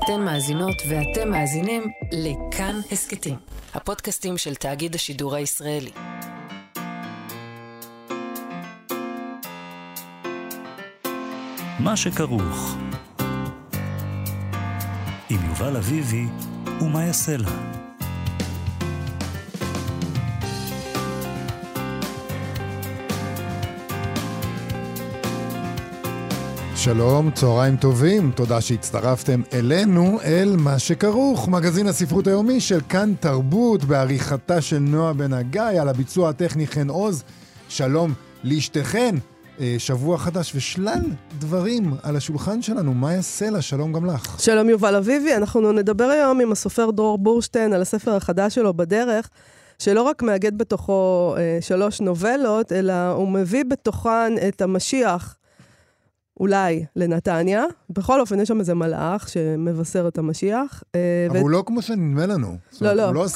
אתן מאזינות ואתם מאזינים לכאן הסקטים, הפודקאסטים של תאגיד השידור הישראלי. מה שכרוך עם יובל אביבי ומה יעשה לה. שלום, צהריים טובים, תודה שהצטרפתם אלינו, אל מה שכרוך, מגזין הספרות היומי של כאן תרבות, בעריכתה של נועה בן הגיא, על הביצוע הטכני חן עוז. שלום לאשתכן, שבוע חדש ושלל דברים על השולחן שלנו, מה יעשה לה? שלום גם לך. שלום יובל אביבי, אנחנו נדבר היום עם הסופר דרור בורשטיין על הספר החדש שלו בדרך, שלא רק מאגד בתוכו 3 נובלות, אלא הוא מביא בתוכן את המשיח, אולי לנתניה. בכל אופן, יש שם איזה מלאך שמבשר את המשיח. אבל הוא לא כמו שנדמה לנו. לא,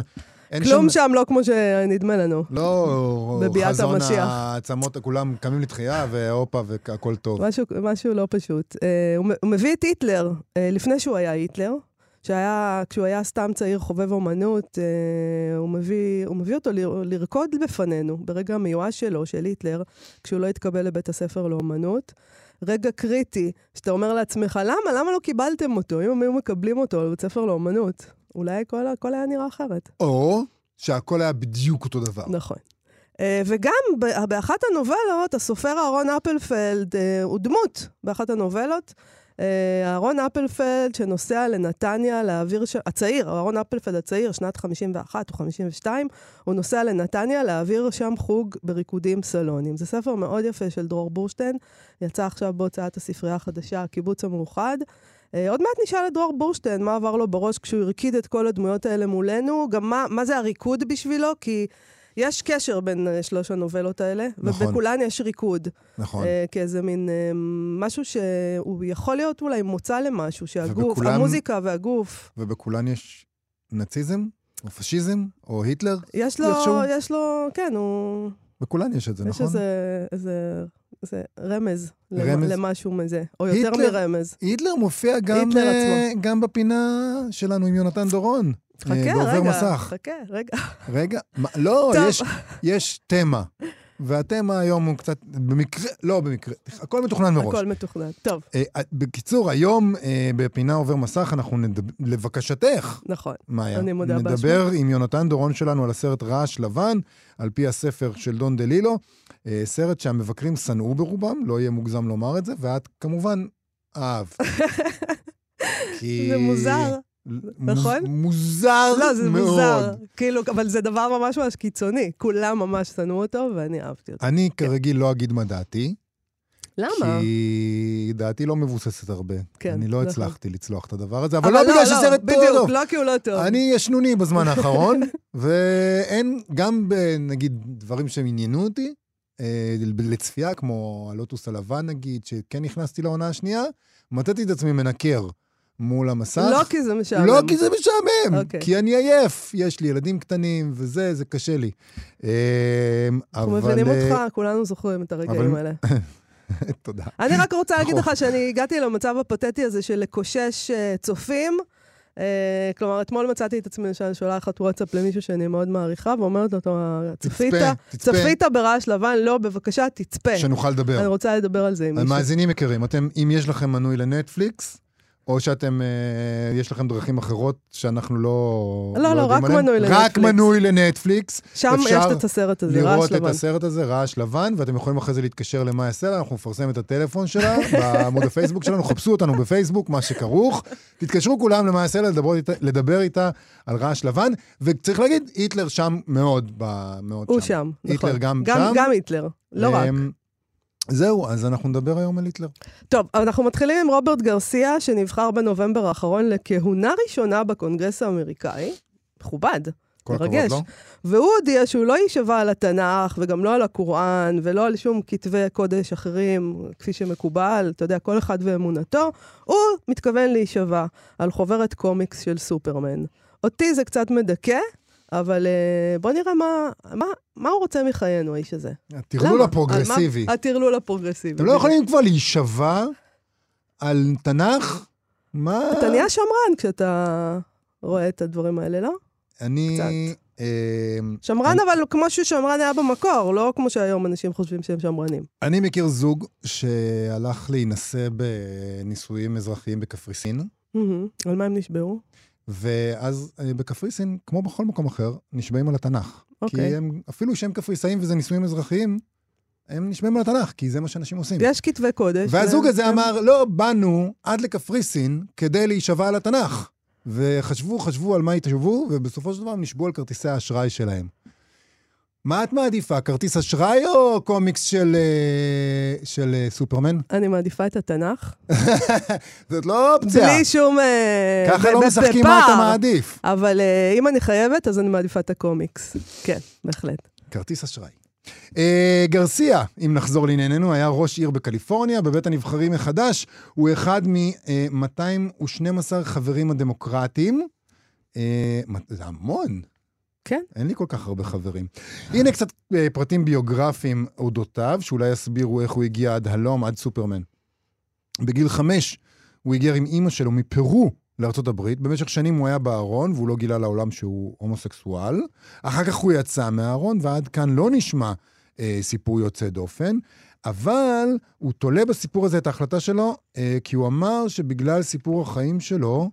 כלום שם לא כמו שנדמה לנו. לא חזון העצמות, כולם קמים לתחייה ואופה והכל טוב. משהו לא פשוט. הוא מביא את היטלר, לפני שהוא היה היטלר, כשהוא היה סתם צעיר חובב אומנות, הוא מביא אותו לרקוד בפנינו, ברגע המיואש שלו, של היטלר, כשהוא לא התקבל לבית הספר לאומנות. רגע קריטי, שאתה אומר לעצמך, למה לא קיבלתם אותו? אם הם היו מקבלים אותו לבית ספר לאומנות, אולי הכל היה נראה אחרת. או שהכל היה בדיוק אותו דבר. נכון. וגם באחת הנובלות, הסופר אהרון אפלפלד הוא דמות באחת הנובלות, אהרון אפלפלד שנוסע לנתניה להעביר, אהרון אפלפלד הצעיר, שנת 51 או 52, הוא נוסע לנתניה להעביר שם חוג בריקודים סלונים. זה ספר מאוד יפה של דרור בורשטיין, יצא עכשיו בהוצאת הספרייה החדשה, הקיבוץ המאוחד. עוד מעט נשאל את דרור בורשטיין מה עבר לו בראש כשהוא הרקיד את כל הדמויות האלה מולנו, גם מה זה הריקוד בשבילו, כי יש קשר בין 3 הנובלות האלה, נכון. ובכולן יש ריקוד. נכון. כאיזה מין משהו שהוא יכול להיות אולי מוצא למשהו, שהגוף, המוזיקה והגוף. ובכולן יש נאציזם, או פשיזם, או היטלר? יש לו, כן, הוא... בכולן יש את זה, יש נכון? יש איזה רמז למשהו מזה, או יותר מרמז. היטלר מופיע גם בפינה שלנו עם יונתן דורון. חכה, רגע. לא, יש תמה. והתמה היום הוא קצת, במקרה, הכל מתוכנן מראש. הכל מתוכנן, טוב. בקיצור, היום בפינה עובר מסך, אנחנו לבקשתך. נכון, אני מודה באשמה. נדבר עם יונתן דורון שלנו על הסרט רעש לבן, על פי הספר של דון דלילו, סרט שהמבקרים שנאו ברובם, לא יהיה מוגזם לומר את זה, ואת כמובן אהב. זה מוזר. נכון? מוזר מאוד. לא, זה מוזר. כאילו, אבל זה דבר ממש ממש קיצוני. כולם ממש שנאו אותו, ואני אהבתי אותו. אני כרגיל לא אגיד מה דעתי. למה? כי דעתי לא מבוססת הרבה. כן. אני לא הצלחתי לצלוח את הדבר הזה, אבל לא בגלל שסרט טוב. בדיוק, לא כי הוא לא טוב. אני ישנוני בזמן האחרון, ואין, גם נגיד דברים שעניינו אותי, לצפייה, כמו הלוטוס הלבן נגיד, שכן נכנסתי לעונה השנייה, מצאתי את עצמי מנקר. מול המסך. לא כי זה משעמם. לא כי זה משעמם. כי אני עייף. יש לי ילדים קטנים זה קשה לי. אנחנו מבינים אותך, כולנו זוכרים את הרגעים האלה. תודה. אני רק רוצה להגיד לך שאני הגעתי למצב הפתטי הזה של לקושש צופים. כלומר, אתמול מצאתי את עצמי שאני שולחת וואטסאפ למישהו שאני מאוד מעריכה, ואומרת אותו, צפית ברעש לבן? לא, בבקשה, תצפה. שנוכל לדבר. אני רוצה לדבר על זה עם מישהו. מאזינים יקרים, אם יש לכם מנוי לנטפליקס, או שאתם, יש לכם דרכים אחרות שאנחנו לא... לא, רק מנוי לנטפליקס. רק מנוי לנטפליקס. שם יש את הסרט הזה, רעש לבן. לראות את הסרט הזה, רעש לבן, ואתם יכולים אחרי זה להתקשר למה יעשה לה, אנחנו נפרסם את הטלפון שלה, בעמוד הפייסבוק שלנו, חפשו אותנו בפייסבוק, מה שכרוך. תתקשרו כולם למה יעשה לה, לדבר איתה על רעש לבן, וצריך להגיד, היטלר שם מאוד הוא שם, נכון. היטלר גם שם. גם היטלר, לא רק. זהו, אז אנחנו נדבר היום על היטלר. טוב, אנחנו מתחילים עם רוברט גרסיה, שנבחר בנובמבר האחרון לכהונה ראשונה בקונגרס האמריקאי. מכובד, מרגש. לא? והוא הודיע שהוא לא יישבע על התנ"ך, וגם לא על הקוראן, ולא על שום כתבי קודש אחרים, כפי שמקובל, אתה יודע, כל אחד ואמונתו. הוא מתכוון להישבע על חוברת קומיקס של סופרמן. אותי זה קצת מדכא, אבל בוא נראה מה הוא רוצה מחיינו, האיש הזה. הטרלול הפרוגרסיבי. הטרלול הפרוגרסיבי. אתם לא יכולים כבר להישבע על תנ"ך, מה? אתה נהיה שמרן כשאתה רואה את הדברים האלה, לא? אני... שמרן, אבל כמו ששמרן היה במקור, לא כמו שהיום אנשים חושבים שהם שמרנים. אני מכיר זוג שהלך להינשא בנישואים אזרחיים בקפריסין. על מה הם נשבעו? ואז בקפריסין, כמו בכל מקום אחר, נשבעים על התנ"ך. כי הם, אפילו שהם קפריסאים וזה נישואים אזרחיים, הם נשבעים על התנ"ך, כי זה מה שאנשים עושים. יש כתבי קודש. והזוג הזה אמר, לא, באנו עד לקפריסין כדי להישבע על התנ"ך. וחשבו על מה התשבו, ובסופו של דבר הם נשבעו על כרטיסי האשראי שלהם. מה את מעדיפה? כרטיס אשראי או קומיקס של סופרמן? אני מעדיפה את התנ"ך. זאת לא אופציה. בלי שום... ככה לא משחקים מה אתה מעדיף. אבל אם אני חייבת, אז אני מעדיפה את הקומיקס. כן, בהחלט. כרטיס אשראי. גרסיה, אם נחזור לענייננו, היה ראש עיר בקליפורניה, בבית הנבחרים מחדש. הוא אחד מ-212 חברים הדמוקרטיים. זה המון. כן. אין לי כל כך הרבה חברים. הנה קצת פרטים ביוגרפיים אודותיו, שאולי יסבירו איך הוא הגיע עד הלום, עד סופרמן. בגיל 5 הוא הגיע עם אמא שלו מפרו לארצות הברית. במשך שנים הוא היה בארון, והוא לא גילה לעולם שהוא הומוסקסואל. אחר כך הוא יצא מהארון, ועד כאן לא נשמע סיפור יוצא דופן. אבל הוא תולה בסיפור הזה את ההחלטה שלו, כי הוא אמר שבגלל סיפור החיים שלו,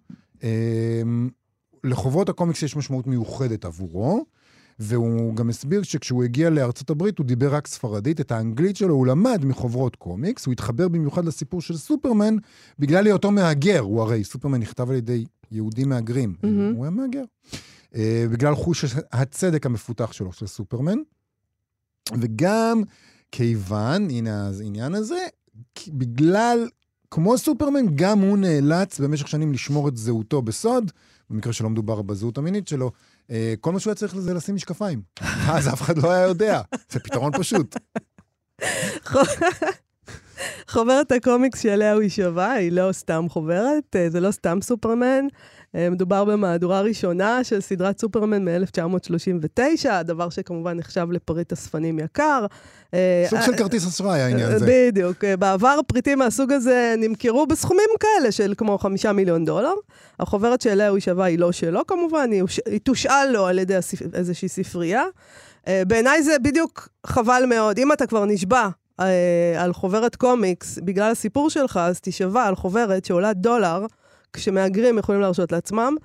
לחוברות הקומיקס יש משמעות מיוחדת עבורו, והוא גם הסביר שכשהוא הגיע לארצות הברית הוא דיבר רק ספרדית, את האנגלית שלו הוא למד מחוברות קומיקס, הוא התחבר במיוחד לסיפור של סופרמן, בגלל היותו מהגר, הוא הרי סופרמן נכתב על ידי יהודים מהגרים, הוא היה מהגר, בגלל חוש הצדק המפותח שלו של סופרמן, וגם כיוון, הנה העניין הזה, בגלל, כמו סופרמן, גם הוא נאלץ במשך שנים לשמור את זהותו בסוד, במקרה שלא מדובר בזהות המינית שלו, כל מה שהוא היה צריך לזה לשים משקפיים. אז אף אחד לא היה יודע. זה פתרון פשוט. חוברת הקומיקס שעליה הוא יישבע, היא לא סתם חוברת, זה לא סתם סופרמן. מדובר במהדורה ראשונה של סדרת סופרמן מ-1939, הדבר שכמובן נחשב לפריט אספנים יקר. סוג של כרטיס אשראי העניין הזה. בדיוק. בעבר פריטים מהסוג הזה נמכרו בסכומים כאלה של כמו $5 מיליון. החוברת שאליה הוא יישבע היא לא שלו כמובן, היא תושאל לו על ידי איזושהי ספרייה. בעיניי זה בדיוק חבל מאוד. אם אתה כבר נשבע על חוברת קומיקס בגלל הסיפור שלך, אז תשבע על חוברת שעולה $1, כשמאגרים יכולים להרשות לעצמם.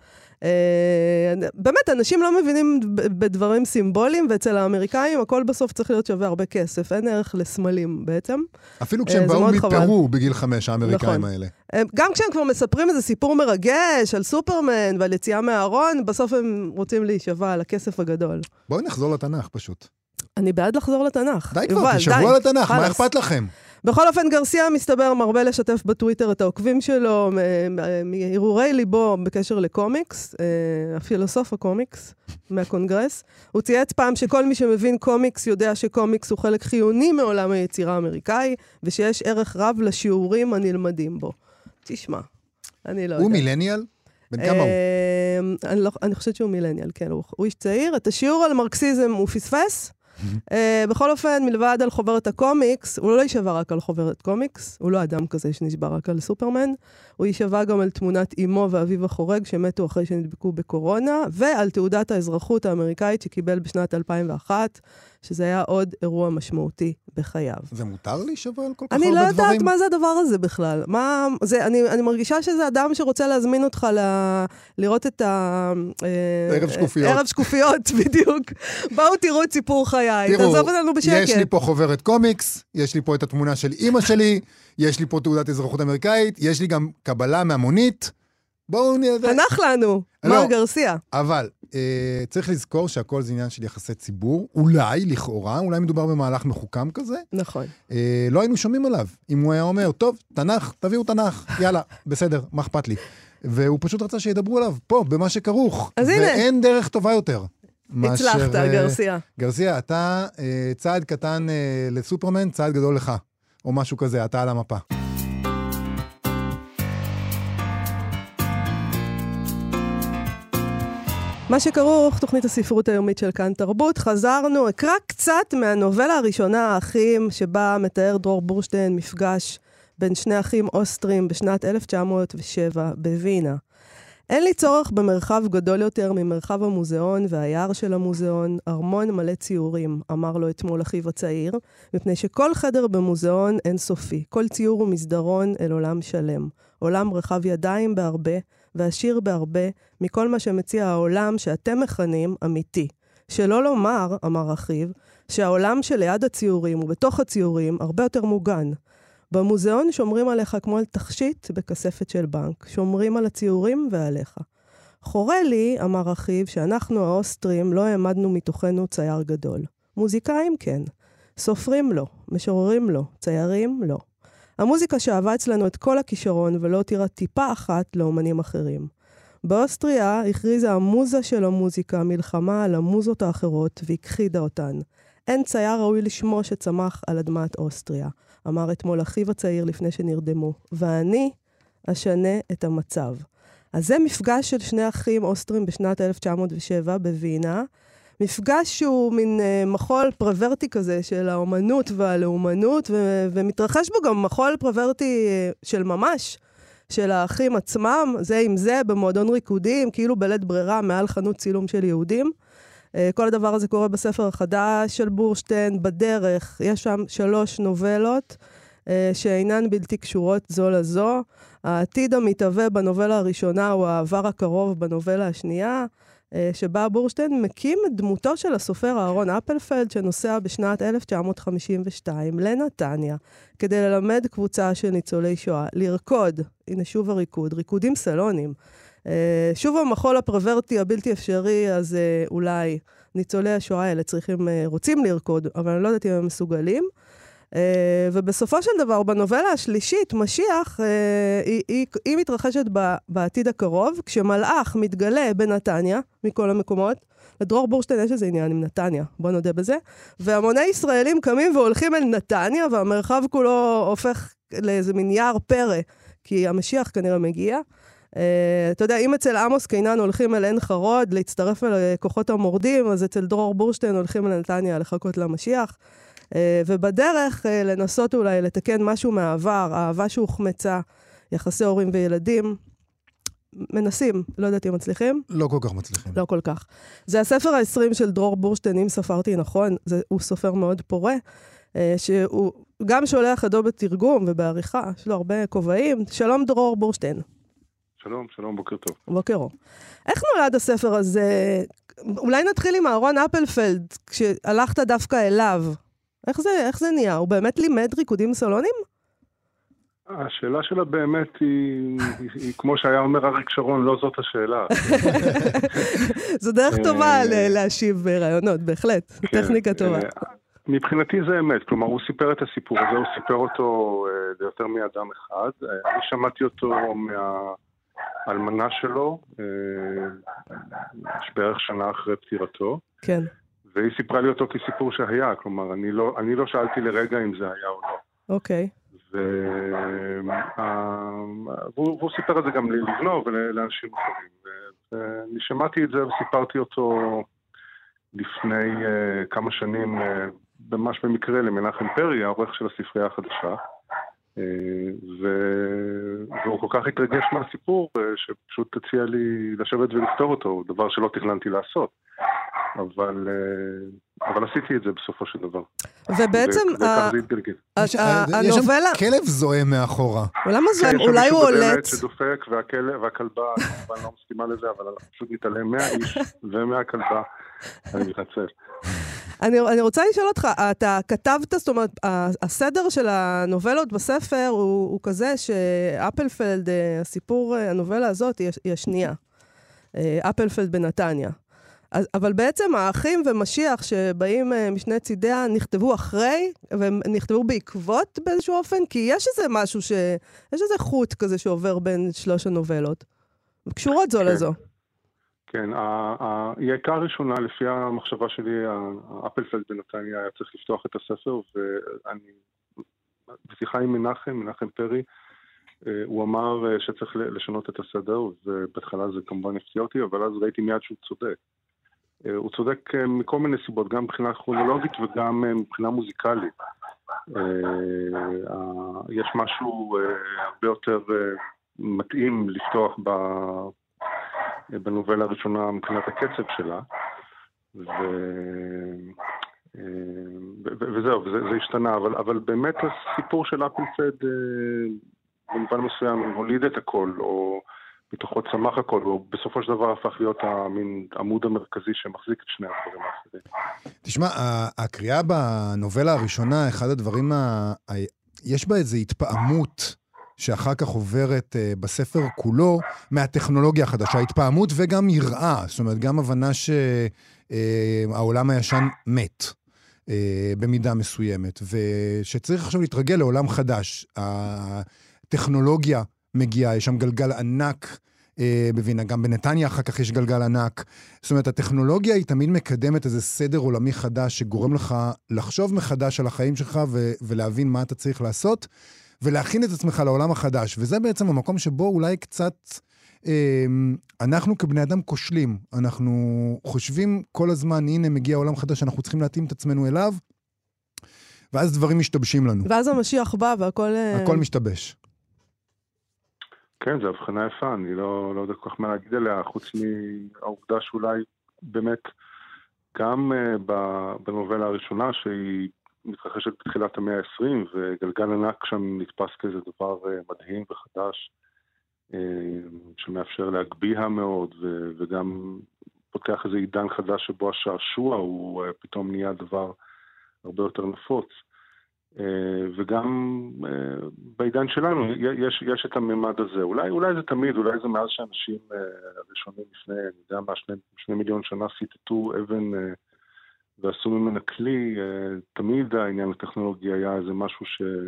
באמת, אנשים לא מבינים בדברים סימבוליים, ואצל האמריקאים הכל בסוף צריך להיות שווה הרבה כסף. אין ערך לסמלים בעצם. אפילו כשהם באו מפרו בגיל 5, האמריקאים האלה. גם כשהם כבר מספרים איזה סיפור מרגש על סופרמן ועל יציאה מהארון, בסוף הם רוצים להישבע על הכסף הגדול. בואי נחזור לתנ"ך פשוט. אני בעד לחזור לתנ"ך. די כבר, תשבו על התנ"ך, מה אכפת לכם? בכל אופן, גרסיה מסתבר מרבה לשתף בטוויטר את העוקבים שלו, מהרהורי ליבו בקשר לקומיקס, הפילוסוף הקומיקס מהקונגרס. הוא צייץ פעם שכל מי שמבין קומיקס יודע שקומיקס הוא חלק חיוני מעולם היצירה האמריקאי, ושיש ערך רב לשיעורים הנלמדים בו. תשמע, אני לא יודע. הוא מילניאל? בן כמה הוא? אני חושבת שהוא מילניאל, כן. הוא איש צעיר. את השיעור על מרקסיזם הוא פספס. בכל אופן, מלבד על חוברת הקומיקס, הוא לא יישבע רק על חוברת קומיקס, הוא לא אדם כזה שנשבע רק על סופרמן, הוא יישבע גם על תמונת אמו ואביו החורג שמתו אחרי שנדבקו בקורונה, ועל תעודת האזרחות האמריקאית שקיבל בשנת 2001, שזה היה עוד אירוע משמעותי בחייו. זה מותר להישבע על כל כך הרבה דברים? דברים? אני לא יודעת מה זה הדבר הזה בכלל. אני מרגישה שזה אדם שרוצה להזמין אותך לראות את ערב שקופיות. ערב שקופיות, בדיוק. בואו תראו את סיפור חיי. תעזוב אותנו בשקט. יש לי פה חוברת קומיקס, יש לי פה את התמונה של אמא שלי, יש לי פה תעודת אזרחות אמריקאית, יש לי גם קבלה מהמונית. בואו נראה. הנח לנו, מר גרסיה. אבל צריך לזכור שהכל זה עניין של יחסי ציבור, אולי, לכאורה, אולי מדובר במהלך מחוקם כזה. נכון. לא היינו שומעים עליו. אם הוא היה אומר, טוב, תנ"ך, תביאו תנ"ך, יאללה, בסדר, מה אכפת לי? והוא פשוט רצה שידברו עליו, פה, במה שכרוך. אז הנה. ואין דרך טובה יותר. הצלחת, גרסיה. גרסיה, אתה צעד קטן לסופרמן, צעד גדול לך. או משהו כזה, אתה על המפה. מה שכרוך, תוכנית הספרות היומית של כאן תרבות, חזרנו, אקרא קצת מהנובלה הראשונה, האחים, שבה מתאר דרור בורשטיין מפגש בין שני אחים אוסטרים בשנת 1907 בווינה. אין לי צורך במרחב גדול יותר ממרחב המוזיאון והיער של המוזיאון, ארמון מלא ציורים, אמר לו אתמול אחיו הצעיר, מפני שכל חדר במוזיאון אין סופי, כל ציור הוא מסדרון אל עולם שלם, עולם רחב ידיים בהרבה ועשיר בהרבה מכל מה שמציע העולם שאתם מכנים אמיתי. שלא לומר, אמר אחיו, שהעולם שליד הציורים ובתוך הציורים הרבה יותר מוגן. במוזיאון שומרים עליך כמו על תכשיט בכספת של בנק, שומרים על הציורים ועליך. חורה לי, אמר אחיו, שאנחנו האוסטרים לא העמדנו מתוכנו צייר גדול. מוזיקאים כן, סופרים לא, משוררים לא, ציירים לא. המוזיקה שאהבה אצלנו את כל הכישרון ולא הותירה טיפה אחת לאומנים אחרים. באוסטריה הכריזה המוזה של המוזיקה מלחמה על המוזות האחרות והכחידה אותן. אין צייר ראוי לשמו שצמח על אדמת אוסטריה, אמר אתמול אחיו הצעיר לפני שנרדמו, ואני אשנה את המצב. אז זה מפגש של שני אחים אוסטרים בשנת 1907 בווינה, מפגש שהוא מין מחול פרוורטי כזה של האומנות והלאומנות, ומתרחש בו גם מחול פרוורטי של ממש, של האחים עצמם, זה עם זה במועדון ריקודים, כאילו בלית ברירה מעל חנות צילום של יהודים. כל הדבר הזה קורה בספר החדש של בורשטיין, בדרך, יש שם 3 נובלות שאינן בלתי קשורות זו לזו. העתיד המתהווה בנובלה הראשונה הוא העבר הקרוב בנובלה השנייה, שבה בורשטיין מקים את דמותו של הסופר אהרון אפלפלד, שנוסע בשנת 1952 לנתניה, כדי ללמד קבוצה של ניצולי שואה, לרקוד, הנה שוב הריקוד, ריקודים סלונים. שוב המחול הפרוורטי הבלתי אפשרי, אז אולי ניצולי השואה האלה רוצים לרקוד, אבל אני לא יודעת אם הם מסוגלים. ובסופו של דבר, בנובלה השלישית, משיח, היא מתרחשת בעתיד הקרוב, כשמלאך מתגלה בנתניה, מכל המקומות. לדרור בורשטיין יש איזה עניין עם נתניה, בוא נודה בזה. והמוני ישראלים קמים והולכים אל נתניה, והמרחב כולו הופך לאיזה מין יער פרא, כי המשיח כנראה מגיע. אתה יודע, אם אצל עמוס קינן הולכים אל עין חרוד, להצטרף אל כוחות המורדים, אז אצל דרור בורשטיין הולכים אל נתניה לחכות למשיח. ובדרך לנסות אולי לתקן משהו מהעבר, האהבה שהוחמצה, יחסי הורים וילדים, מנסים, לא יודעת אם מצליחים. לא כל כך מצליחים. לא כל כך. זה הספר ה-20 של דרור בורשטיין, אם ספרתי נכון, הוא סופר מאוד פורה, שהוא גם שולח ידו בתרגום ובעריכה, יש לו הרבה כובעים. שלום דרור בורשטיין. שלום, שלום, בוקר טוב. בוקר אור. איך נולד הספר הזה? אולי נתחיל עם אהרון אפלפלד, כשהלכת דווקא אליו. איך זה נהיה? הוא באמת לימד ריקודים סלונים? השאלה שלה באמת היא כמו שהיה אומר אריק שרון, לא זאת השאלה. זו דרך טובה להשיב ברעיונות, בהחלט. טכניקה טובה. מבחינתי זה אמת, כלומר הוא סיפר את הסיפור הזה, הוא סיפר אותו ליותר מאדם אחד. אני שמעתי אותו מהאלמנה שלו, בערך שנה אחרי פטירתו. כן. והיא סיפרה לי אותו כסיפור שהיה, כלומר, אני לא שאלתי לרגע אם זה היה או לא. אוקיי. והוא סיפר את זה גם לבנו ולאנשים אחרים. ואני שמעתי את זה וסיפרתי אותו לפני כמה שנים, ממש במקרה למנחם פרי, העורך של הספרייה החדשה. והוא כל כך התרגש מהסיפור, שפשוט הציע לי לשבת ולכתוב אותו, דבר שלא תכננתי לעשות. אבל עשיתי את זה בסופו של דבר. ובעצם יש שם כלב זוהם מאחורה. למה זוהם? אולי הוא עולץ. באמת שדופק, והכלבה, אני לא מסכימה לזה, אבל אנחנו פשוט נתעלם מהאיש ומהכלבה. אני מתנצל. אני רוצה לשאול אותך, אתה כתבת, זאת אומרת, הסדר של הנובלות בספר הוא כזה שאפלפלד, הסיפור, הנובלה הזאת היא השנייה. אפלפלד בנתניה. אבל בעצם האחים ומשיח שבאים משני צידיה נכתבו אחרי, והם נכתבו בעקבות באיזשהו אופן, כי יש איזה משהו יש איזה חוט כזה שעובר בין 3 הנובלות. קשורות זו לזו. כן, היא הייתה ראשונה, לפי המחשבה שלי, אפלפלד בנתניה היה צריך לפתוח את הספר, ואני, בשיחה עם מנחם פרי, הוא אמר שצריך לשנות את הסדר, ובהתחלה זה כמובן הפתיע אותי, אבל אז ראיתי מיד שהוא צודק. הוא צודק מכל מיני סיבות, גם מבחינה כרונולוגית וגם מבחינה מוזיקלית. יש משהו הרבה יותר מתאים לפתוח בנובלה הראשונה מבחינת הקצב שלה, וזהו, זה השתנה, אבל באמת הסיפור של אפלפלד במובן מסוים הוליד את הכל, או מתוכו צמח הכל, או בסופו של דבר הפך להיות המין עמוד המרכזי שמחזיק את שני הדברים האחרים. תשמע, הקריאה בנובלה הראשונה, אחד הדברים, יש בה איזו התפעמות שאחר כך עוברת בספר כולו מהטכנולוגיה החדשה, התפעמות וגם יראה, זאת אומרת, גם הבנה שהעולם הישן מת. במידה מסוימת, ושצריך עכשיו להתרגל לעולם חדש. הטכנולוגיה מגיעה, יש שם גלגל ענק, בבינה, גם בנתניה אחר כך יש גלגל ענק. זאת אומרת, הטכנולוגיה היא תמיד מקדמת איזה סדר עולמי חדש, שגורם לך לחשוב מחדש על החיים שלך, ולהבין מה אתה צריך לעשות, ולהכין את עצמך לעולם החדש. וזה בעצם המקום שבו אולי קצת אנחנו כבני אדם כושלים, אנחנו חושבים כל הזמן, הנה מגיע עולם חדש, אנחנו צריכים להתאים את עצמנו אליו, ואז דברים משתבשים לנו. ואז המשיח בא והכל... הכל משתבש. כן, זו הבחנה יפה, אני לא יודע כל כך מה להגיד עליה, חוץ מהעובדה שאולי באמת גם בנובלה הראשונה, שהיא מתרחשת בתחילת המאה ה-20, וגלגל ענק שם נתפס כאיזה דבר מדהים וחדש, שמאפשר להגביה מאוד, וגם פותח איזה עידן חדש שבו השעשוע הוא פתאום נהיה דבר הרבה יותר נפוץ. וגם בעידן שלנו יש את הממד הזה. אולי זה תמיד, אולי זה מאז שאנשים הראשונים לפני, אני יודע מה, 2 מיליון שנה סיטטו אבן ועשו ממנה כלי, תמיד העניין הטכנולוגי היה איזה משהו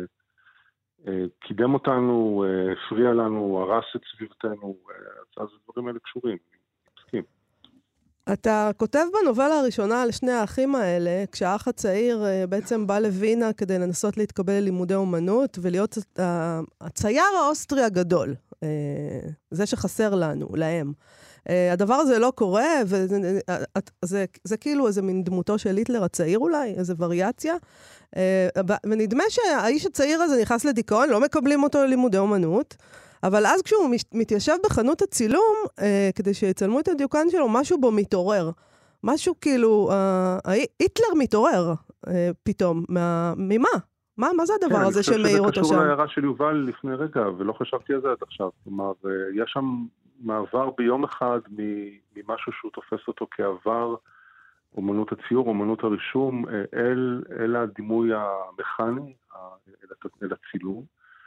קידם אותנו, הפריע לנו, הרס את סביבתנו, אז הדברים האלה קשורים, מסכים. אתה כותב בנובלה הראשונה על שני האחים האלה, כשהאח הצעיר בעצם בא לווינה כדי לנסות להתקבל ללימודי אומנות, ולהיות הצייר האוסטרי הגדול, זה שחסר לנו, להם. הדבר הזה לא קורה, וזה כאילו איזה מין דמותו של היטלר הצעיר אולי, איזה וריאציה, ונדמה שהאיש הצעיר הזה נכנס לדיכאון, לא מקבלים אותו ללימודי אומנות, אבל אז כשהוא מתיישב בחנות הצילום, כדי שיצלמו את הדיוקן שלו, משהו בו מתעורר. משהו כאילו, היטלר מתעורר פתאום. ממה? מה זה הדבר הזה שמאיר אותו שם? אני חושב שזה קשור להערה של יובל לפני רגע, ולא חשבתי על זה עד עכשיו. כלומר, יש שם מעבר ביום אחד ממשהו שהוא תופס אותו כעבר, אומנות הציור, אומנות הרישום, אל הדימוי המכני, אל הצילום.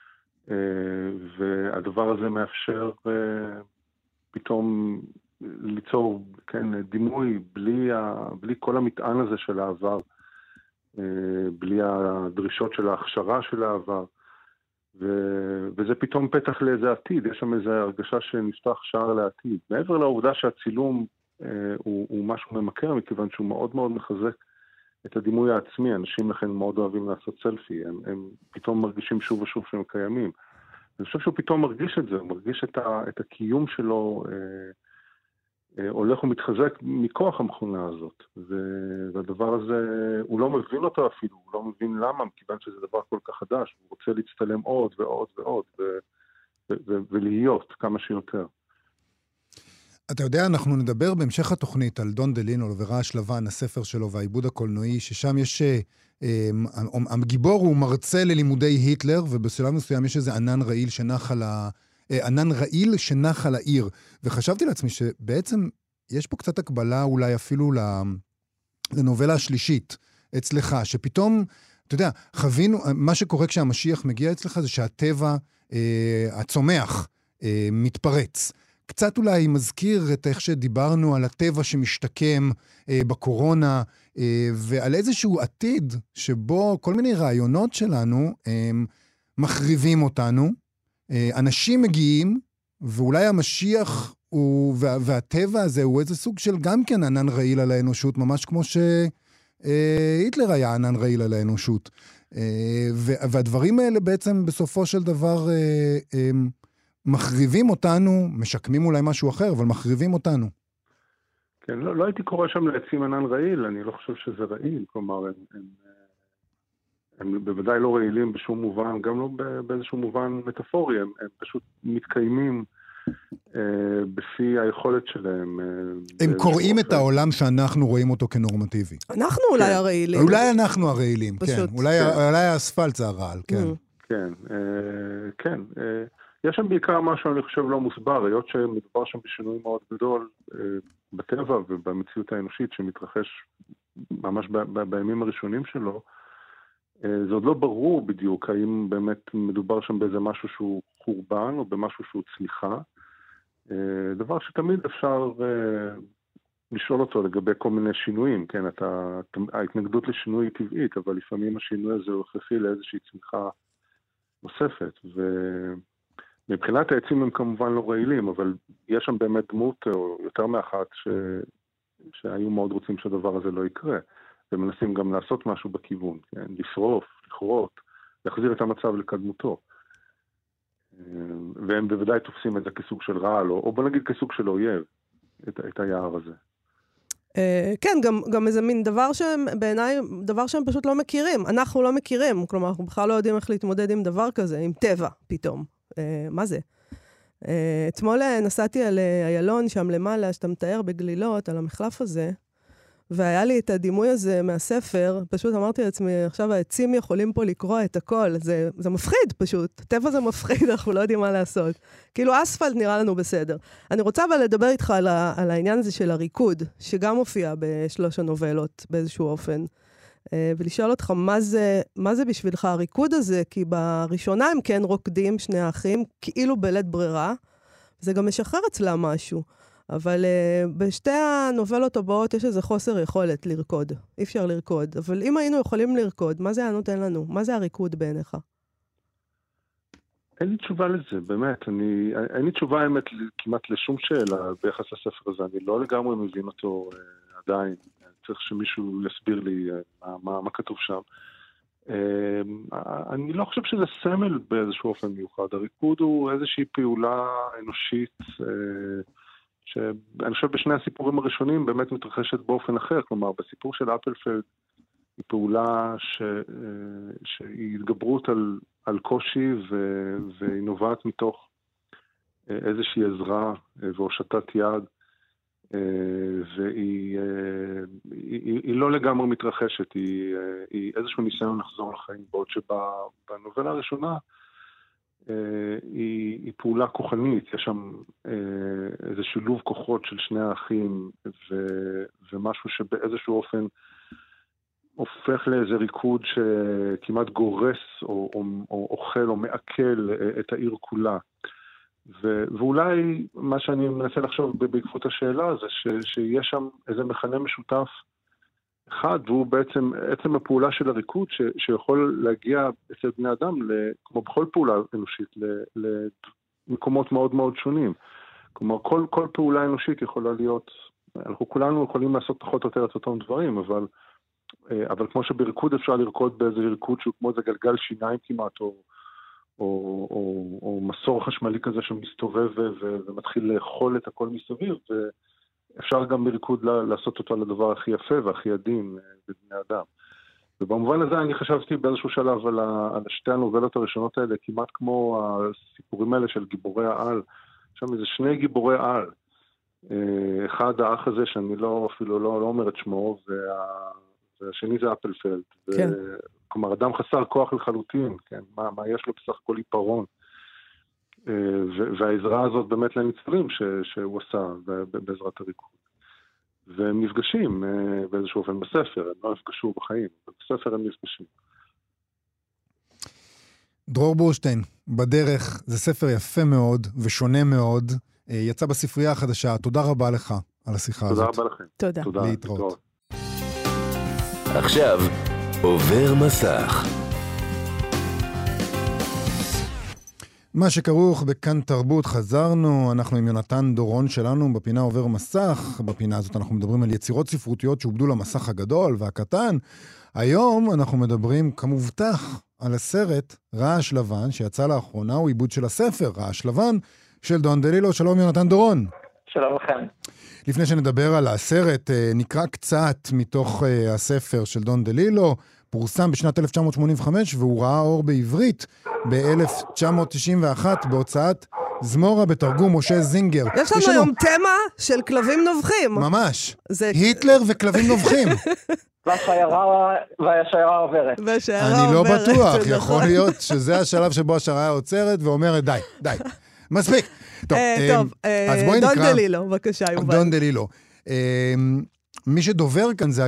והדבר הזה מאפשר פתאום ליצור, כן, דימוי בלי כל המטען הזה של העבר, בלי הדרישות של ההכשרה של העבר, וזה פתאום פתח לאיזה עתיד, יש שם איזו הרגשה שנפתח שער לעתיד. מעבר לעובדה שהצילום הוא משהו ממכר, מכיוון שהוא מאוד מאוד מחזק את הדימוי העצמי. אנשים לכן מאוד אוהבים לעשות סלפי, הם פתאום מרגישים שוב ושוב שהם קיימים. אני חושב שהוא פתאום מרגיש את זה, הוא מרגיש את הקיום שלו, הולך ומתחזק מכוח המכונה הזאת. והדבר הזה, הוא לא מבין אותו אפילו, הוא לא מבין למה, מכיוון שזה דבר כל כך חדש, הוא רוצה להצטלם עוד ועוד ועוד, ולהיות כמה שיותר. אתה יודע, אנחנו נדבר בהמשך התוכנית על דון דלינו ורעש לבן, הספר שלו והעיבוד הקולנועי, ששם יש, הגיבור הוא מרצה ללימודי היטלר, ובשלב מסוים יש איזה ענן רעיל שנח על העיר. וחשבתי לעצמי שבעצם יש פה קצת הקבלה אולי אפילו לנובלה השלישית אצלך, שפתאום, אתה יודע, חווינו, מה שקורה כשהמשיח מגיע אצלך זה שהטבע הצומח מתפרץ. קצת אולי מזכיר את איך שדיברנו על הטבע שמשתקם בקורונה, ועל איזשהו עתיד שבו כל מיני רעיונות שלנו מחריבים אותנו, אנשים מגיעים, ואולי המשיח והטבע הזה הוא איזה סוג של גם כן ענן רעיל על האנושות, ממש כמו שהיטלר היה ענן רעיל על האנושות. והדברים האלה בעצם בסופו של דבר מחריבים אותנו, משקמים אולי משהו אחר, אבל מחריבים אותנו. כן, לא הייתי קורא שם לעצים ענן רעיל, אני לא חושב שזה רעיל, כלומר, הם בוודאי לא רעילים בשום מובן, גם לא באיזשהו מובן מטאפורי, הם פשוט מתקיימים בפי היכולת שלהם. הם קוראים את העולם שאנחנו רואים אותו כנורמטיבי. אנחנו אולי הרעילים. אולי אנחנו הרעילים, כן. אולי האספלט זה הרעל, כן. כן, כן. יש שם בעיקר משהו, אני חושב, לא מוסבר, היות שמדובר שם בשינוי מאוד גדול בטבע ובמציאות האנושית שמתרחש ממש בימים הראשונים שלו, זה עוד לא ברור בדיוק האם באמת מדובר שם באיזה משהו שהוא חורבן או במשהו שהוא צמיחה. דבר שתמיד אפשר לשאול אותו לגבי כל מיני שינויים, כן, ההתנגדות לשינוי היא טבעית, אבל לפעמים השינוי הזה הוא הכרחי לאיזושהי צמיחה נוספת, ומבחינת העצים הם כמובן לא רעילים, אבל יש שם באמת דמות או יותר מאחת שהיו מאוד רוצים שהדבר הזה לא יקרה. ומנסים גם לעשות משהו בכיוון, כן? לשרוף, לכרות, להחזיר את המצב לקדמותו. והם בוודאי תופסים את זה כסוג של רעל, או בוא נגיד כסוג של אויב, את היער הזה. כן, גם איזה מין דבר שהם, בעיניי, דבר שהם פשוט לא מכירים. אנחנו לא מכירים, כלומר, אנחנו בכלל לא יודעים איך להתמודד עם דבר כזה, עם טבע פתאום. מה זה? אתמול נסעתי על איילון שם למעלה, שאתה מתאר בגלילות, על המחלף הזה, והיה לי את הדימוי הזה מהספר, פשוט אמרתי לעצמי, עכשיו העצים יכולים פה לקרוא את הכל, זה מפחיד פשוט, טבע זה מפחיד, אנחנו לא יודעים מה לעשות. כאילו אספלט נראה לנו בסדר. אני רוצה אבל לדבר איתך על העניין הזה של הריקוד, שגם מופיע בשלוש הנובלות באיזשהו אופן, ולשאול אותך מה זה בשבילך הריקוד הזה, כי בראשונה הם כן רוקדים שני האחים, כאילו בלית ברירה, זה גם משחרר אצלה משהו. אבל בשתי הנובלות הבאות יש איזה חוסר יכולת לרקוד. אי אפשר לרקוד. אבל אם היינו יכולים לרקוד, מה זה היה נותן לנו? מה זה הריקוד בעיניך? אין לי תשובה לזה, באמת. אין לי תשובה האמת כמעט לשום שאלה ביחס לספר הזה. אני לא לגמרי מבין אותו עדיין. צריך שמישהו יסביר לי מה כתוב שם. אני לא חושב שזה סמל באיזשהו אופן מיוחד. הריקוד הוא איזושהי פעולה אנושית שאני חושב בשני הסיפורים הראשונים באמת מתרחשת באופן אחר, כלומר בסיפור של אפלפלד היא פעולה שהיא התגברות על קושי והיא נובעת מתוך איזושהי עזרה והושטת יד, והיא לא לגמרי מתרחשת, היא איזשהו ניסיון לחזור לחיים, בעוד שבנובלה הראשונה היא פעולה כוחנית, יש שם איזה שילוב כוחות של שני האחים, ומשהו שבאיזשהו אופן הופך לאיזה ריקוד שכמעט גורס או אוכל או מעכל את העיר כולה. ואולי מה שאני מנסה לחשוב בעקבות השאלה זה שיש שם איזה מכנה משותף אחד, והוא בעצם עצם הפעולה של הריקוד שיכול להגיע אצל בני אדם, כמו בכל פעולה אנושית, למקומות מאוד מאוד שונים. כלומר, כל פעולה אנושית יכולה להיות, אנחנו כולנו יכולים לעשות פחות או יותר את אותם דברים, אבל כמו שבריקוד אפשר לרקוד באיזה ריקוד שהוא כמו איזה גלגל שיניים כמעט, או מסור חשמלי כזה שמסתובב ומתחיל לאכול את הכל מסביב, אפשר גם בריקוד לעשות אותו לדבר הכי יפה והכי עדין בבני אדם. ובמובן הזה אני חשבתי באיזשהו שלב על שתי הנובלות הראשונות האלה, כמעט כמו הסיפורים האלה של גיבורי העל. שם איזה שני גיבורי על. אחד האח הזה שאני אפילו לא אומר את שמו, והשני זה אפלפלד. כן. כלומר, אדם חסר כוח לחלוטין, כן? מה יש לו בסך הכל עיפרון. והעזרה הזאת באמת לניצולים שהוא עשה בעזרת הריקוד. והם נפגשים באיזשהו אופן בספר, הם לא נפגשו בחיים, בספר הם נפגשים. דרור בורשטיין, בדרך, זה ספר יפה מאוד ושונה מאוד, יצא בספרייה החדשה, תודה רבה לך על השיחה הזאת. תודה רבה לכם. תודה. להתראות. עכשיו, עובר מסך. מה שכרוך בכאן תרבות, חזרנו, אנחנו עם יונתן דורון שלנו בפינה עובר מסך. בפינה הזאת אנחנו מדברים על יצירות ספרותיות שעובדו למסך הגדול והקטן. היום אנחנו מדברים כמובטח על הסרט רעש לבן שיצא לאחרונה, הוא עיבוד של הספר רעש לבן של דון דלילו. שלום יונתן דורון. שלום לכם. לפני שנדבר על הסרט, נקרא קצת מתוך הספר של דון דלילו, פורסם בשנת 1985, והוא ראה אור בעברית ב-1991 בהוצאת זמורה בתרגום משה זינגר. יש לנו היום תמה של כלבים נובחים. ממש. היטלר וכלבים נובחים. והשיירה עוברת. אני לא בטוח, יכול להיות שזה השלב שבו השיירה עוצרת ואומרת די. מספיק. טוב, אז בואי נקרא. דון דלילו, בבקשה, יובל. דון דלילו. מי שדובר כאן זה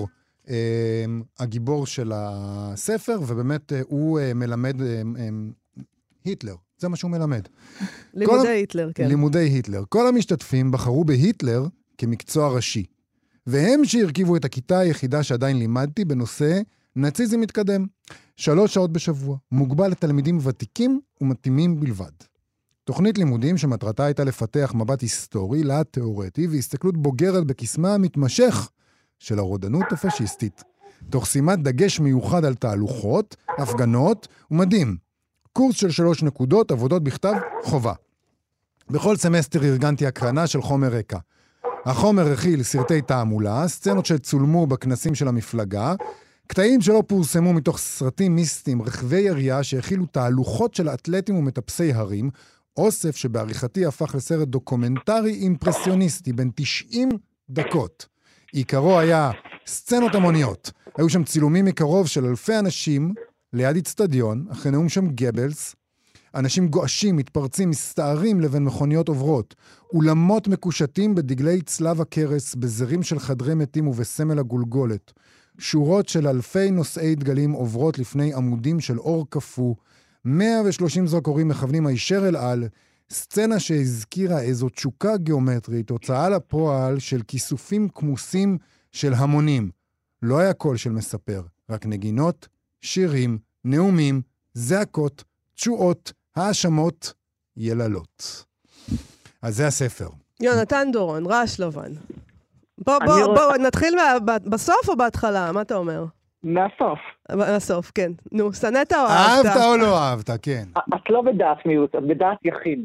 הגיבור של הספר, ובאמת הוא מלמד היטלר. זה מה שהוא מלמד. לימודי היטלר, כן. לימודי היטלר. כל המשתתפים בחרו בהיטלר כמקצוע ראשי. והם שהרכיבו את הכיתה היחידה שעדיין לימדתי בנושא נאציזם מתקדם. 3 שעות בשבוע. מוגבל לתלמידים ותיקים ומתאימים בלבד. תוכנית לימודים שמטרתה הייתה לפתח מבט היסטורי, לאט תיאורטי, והסתכלות בוגרת בקסמה המתמשך של הרודנות הפשיסטית. תוך שימת דגש מיוחד על תהלוכות, הפגנות ומדים. קורס של 3 נקודות, עבודות בכתב, חובה. בכל סמסטר ארגנתי הקרנה של חומר רקע. החומר הכיל סרטי תעמולה, סצנות שצולמו בכנסים של המפלגה, קטעים שלא פורסמו מתוך סרטים מיסטיים, רכבי ירייה שהכילו תהלוכות של אתלטים ומטפסי הרים, אוסף שבעריכתי הפך לסרט דוקומנטרי אימפרסיוניסטי בין 90 דקות. עיקרו היה סצנות המוניות. היו שם צילומים מקרוב של אלפי אנשים ליד אצטדיון, אחרי נאום שם גבלס, אנשים גועשים, מתפרצים, מסתערים לבין מכוניות עוברות, אולמות מקושטים בדגלי צלב הקרס, בזרים של חדרי מתים ובסמל הגולגולת, שורות של אלפי נושאי דגלים עוברות לפני עמודים של אור כפו, 130 זרקורים מכוונים הישר אל על, סצנה שהזכירה איזו תשוקה גיאומטרית, הוצאה לפועל של כיסופים כמוסים של המונים. לא היה קול של מספר, רק נגינות, שירים, נאומים, זעקות, תשועות, האשמות, יללות. אז זה הספר. יונתן דורון, רעש לבן. בוא, נתחיל בסוף או בהתחלה? מה אתה אומר? מהסוף. מהסוף, כן. נו, סנית או אהבת? אהבת או לא אהבת, כן. את לא בדעת מיעוט, את בדעת יחיד.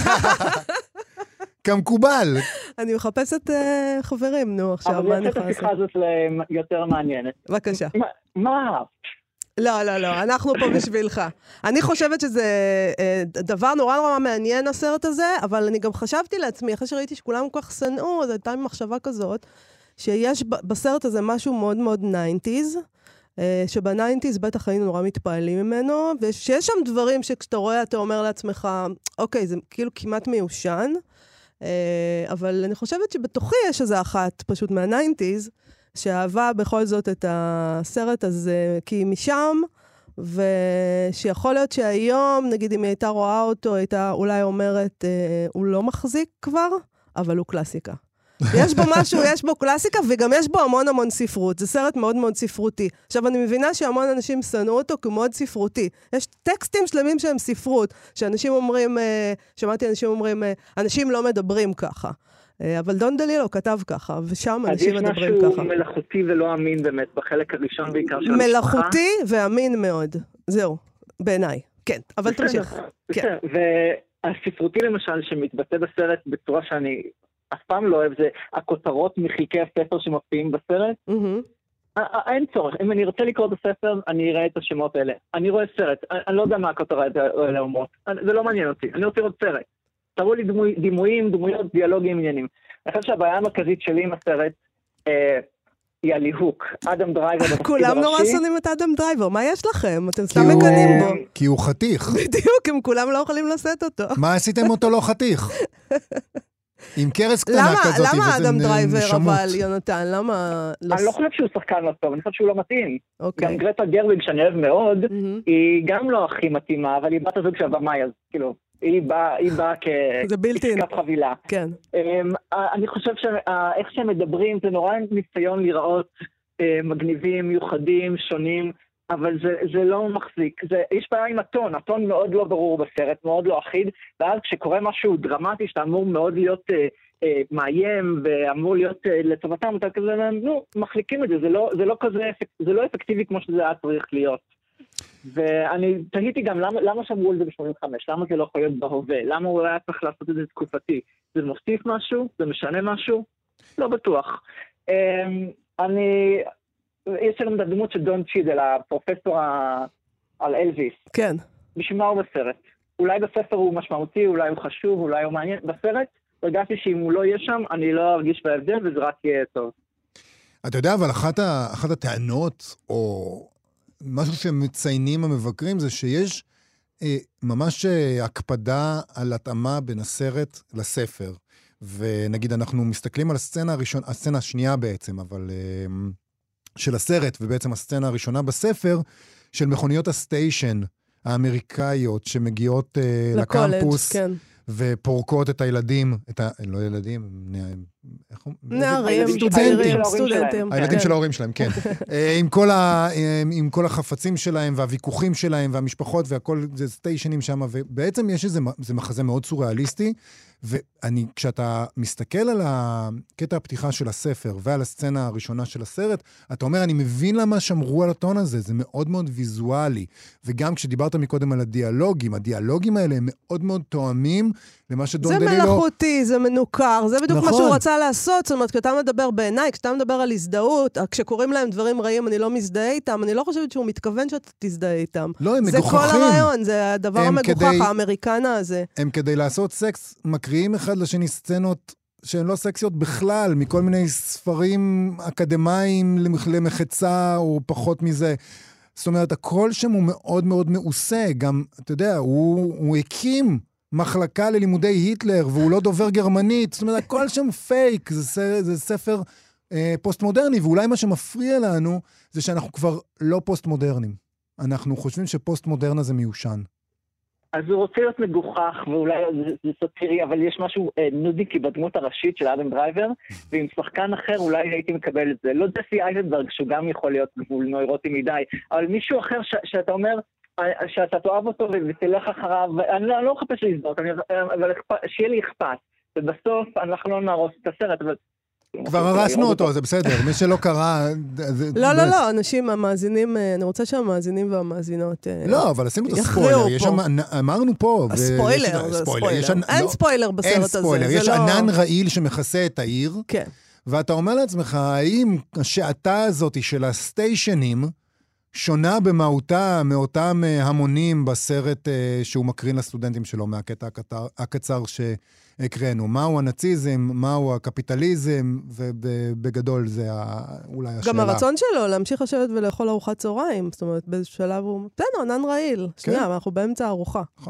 כמקובל. אני מחפשת חברים, נו, עכשיו, מה אני יכולה לעשות? אבל יש את השיחה הזאת יותר מעניינת. בבקשה. מה? לא, אנחנו פה בשבילך. אני חושבת שזה דבר נורא מעניין הסרט הזה, אבל אני גם חשבתי לעצמי, אחרי שראיתי שכולם כל כך שנאו, אז הייתה מחשבה כזאת, שיש בסרט הזה משהו מאוד מאוד 90s, שב-90s בטח היינו נורא מתפעלים ממנו, ושיש שם דברים שכשאתה רואה, אתה אומר לעצמך, אוקיי, זה כאילו כמעט מיושן, אבל אני חושבת שבתוכי יש איזה אחת פשוט מה-90s, שאהבה בכל זאת את הסרט הזה, כי היא משם, ושיכול להיות שהיום, נגיד אם היא הייתה רואה אותו, הייתה אולי אומרת, הוא לא מחזיק כבר, אבל הוא קלאסיקה. יש בו משהו, יש בו קלאסיקה, וגם יש בו המון ספרות. זה סרט מאוד מאוד ספרותי. עכשיו, אני מבינה שהמון אנשים שנאו אותו כמאוד ספרותי. יש טקסטים שלמים שהם ספרות, שאנשים אומרים, שמעתי אנשים אומרים, אנשים לא מדברים ככה. אבל דון דלילו כתב ככה, ושם אנשים מדברים ככה. אז יש משהו מלאכותי ולא אמין באמת, בחלק הראשון בעיקר של המשפחה. מלאכותי ואמין מאוד. זהו, בעיניי. כן, אבל תמשיך. בסדר, והספרותי למשל שמתבטא בסרט בצורה שאני אף פעם לא אוהב, זה הכותרות מחיקי הספר שמופיעים בסרט. אין צורך. אם אני רוצה לקרוא את הספר, אני אראה את השמות האלה. אני רואה סרט, אני לא יודע מה הכותרות האלה אומרות. זה לא מעניין אותי, אני רוצה לראות סרט. תראו לי דימויים, דמויות, דיאלוגים, עניינים. אני חושב שהבעיה המרכזית שלי עם הסרט היא הליהוק. אדם דרייבר בתפקיד הראשי. כולם נורא שונאים את אדם דרייבר, מה יש לכם? אתם סתם מקנים בו. כי הוא חתיך. בדיוק, הם כולם לא יכולים לשאת אותו. מה עשיתם אותו לא חתיך? עם קרס קטנה כזאת. למה אדם דרייבר אבל, יונתן? למה? אני לא חושב שהוא שחקן לא טוב, אני חושב שהוא לא מתאים. גם גרטה גרוויג, שאני אוהב מאוד, היא גם לא הכי מתאימה, אבל היא בת הזוג של במאי, אז כאילו, היא באה כעסקת חבילה. כן. אני חושב שאיך שהם מדברים, זה נורא ניסיון לראות מגניבים, מיוחדים, שונים, אבל זה לא מחזיק. יש בעיה עם הטון מאוד לא ברור בסרט, מאוד לא אחיד, ואז כשקורה משהו דרמטי, שאתה אמור מאוד להיות מאיים, ואמור להיות לטובתם, אתה כזה, מחליקים את זה, זה לא אפקטיבי כמו שזה היה צריך להיות. ואני תהיתי גם, למה שמרו על זה ב-85? למה זה לא יכול להיות בהווה? למה הוא היה צריך לעשות את זה תקופתי? זה מוסיף משהו? זה משנה משהו? לא בטוח. יש לנו את הדמות של דון צ'ידל, הפרופסור על אלוויס. כן. בשביל מה הוא בסרט? אולי בספר הוא משמעותי, אולי הוא חשוב, אולי הוא מעניין. בסרט, הרגשתי שאם הוא לא יהיה שם, אני לא ארגיש בהבדל, וזה רק יהיה טוב. אתה יודע, אבל אחת הטענות, או משהו שמציינים המבקרים, זה שיש ממש הקפדה על התאמה בין הסרט לספר. ונגיד, אנחנו מסתכלים על הסצנה השנייה בעצם, אבל של הסרט, ובעצם הסצנה הראשונה בספר, של מכוניות הסטיישן האמריקאיות שמגיעות לקמפוס, כן. ופורקות את הילדים, לא ילדים, נערים, סטודנטים. הילדים של ההורים שלהם, כן. עם כל החפצים שלהם, והוויכוחים שלהם, והמשפחות, והכל, זה סטיישנים שם, ובעצם יש זה מחזה מאוד סוריאליסטי, כשאתה מסתכל על הקטע הפתיחה של הספר, ועל הסצנה הראשונה של הסרט, אתה אומר, אני מבין למה שמרו על הטון הזה, זה מאוד מאוד ויזואלי, וגם כשדיברת מקודם על הדיאלוגים האלה הם מאוד מאוד תואמים למה שדון דנילו... זה מלאכותי, זה מנוכר, זה בדיוק מה שהוא רצה לעשות, זאת אומרת, כשאתה מדבר בעיניי, כשאתה מדבר על הזדהות, כשקוראים להם דברים רעים, אני לא מזדהה איתם, אני לא חושבת שהוא מתכוון שאתה תזדהה איתם. לא, הם מגוחכים. זה כל הרעיון, זה הדבר המגוחך, האמריקנה הזה. הם כדי לעשות סקס, מקריאים אחד לשני סצנות שהן לא סקסיות בכלל, מכל מיני ספרים אקדמיים למחצה, או פחות מזה. זאת אומרת, הכל שם הוא מאוד מאוד מעושה, גם, אתה יודע, הוא הקים מחלקה ללימודי היטלר, והוא לא דובר גרמנית, זאת אומרת, הכל שם פייק, זה ספר פוסט-מודרני, ואולי מה שמפריע לנו, זה שאנחנו כבר לא פוסט-מודרנים. אנחנו חושבים שפוסט-מודרנה זה מיושן. אז הוא רוצה להיות מגוחך, ואולי זה סאטירי, אבל יש משהו נודיקי בדמות הראשית של אדם דרייבר, ועם שחקן אחר אולי הייתי מקבל את זה. לא ג'סי איזנברג, שהוא גם יכול להיות גבול נוירוטי מדי, אבל מישהו אחר שאתה אומר, שאתה תאהב אותו ותלך אחריו, אני לא מחפש להזדות, אבל שיהיה לי אכפת, ובסוף אנחנו לא נהרוס את הסרט, אבל... כבר הרסנו אותו, זה בסדר, מי שלא קרא... לא, אנשים, המאזינים, אני רוצה שהמאזינים והמאזינות... לא, אבל עשינו את הספוילר, אמרנו פה... הספוילר, זה ספוילר. אין ספוילר בסרט הזה. אין ספוילר, יש ענן רעיל שמכסה את העיר, כן. ואתה אומר לעצמך, האם השעתה הזאת של הסטיישנים שונה במהותה מאותם המונים בסרט שהוא מקרין לסטודנטים שלו, מהקטע הקצר שהקראנו. מהו הנאציזם, מהו הקפיטליזם, ובגדול זה אולי השאלה. גם הרצון שלו להמשיך לשבת ולאכול ארוחת צהריים, זאת אומרת, באיזשהו שלב הוא, ענן רעיל, שנייה, אנחנו באמצע הארוחה. נכון.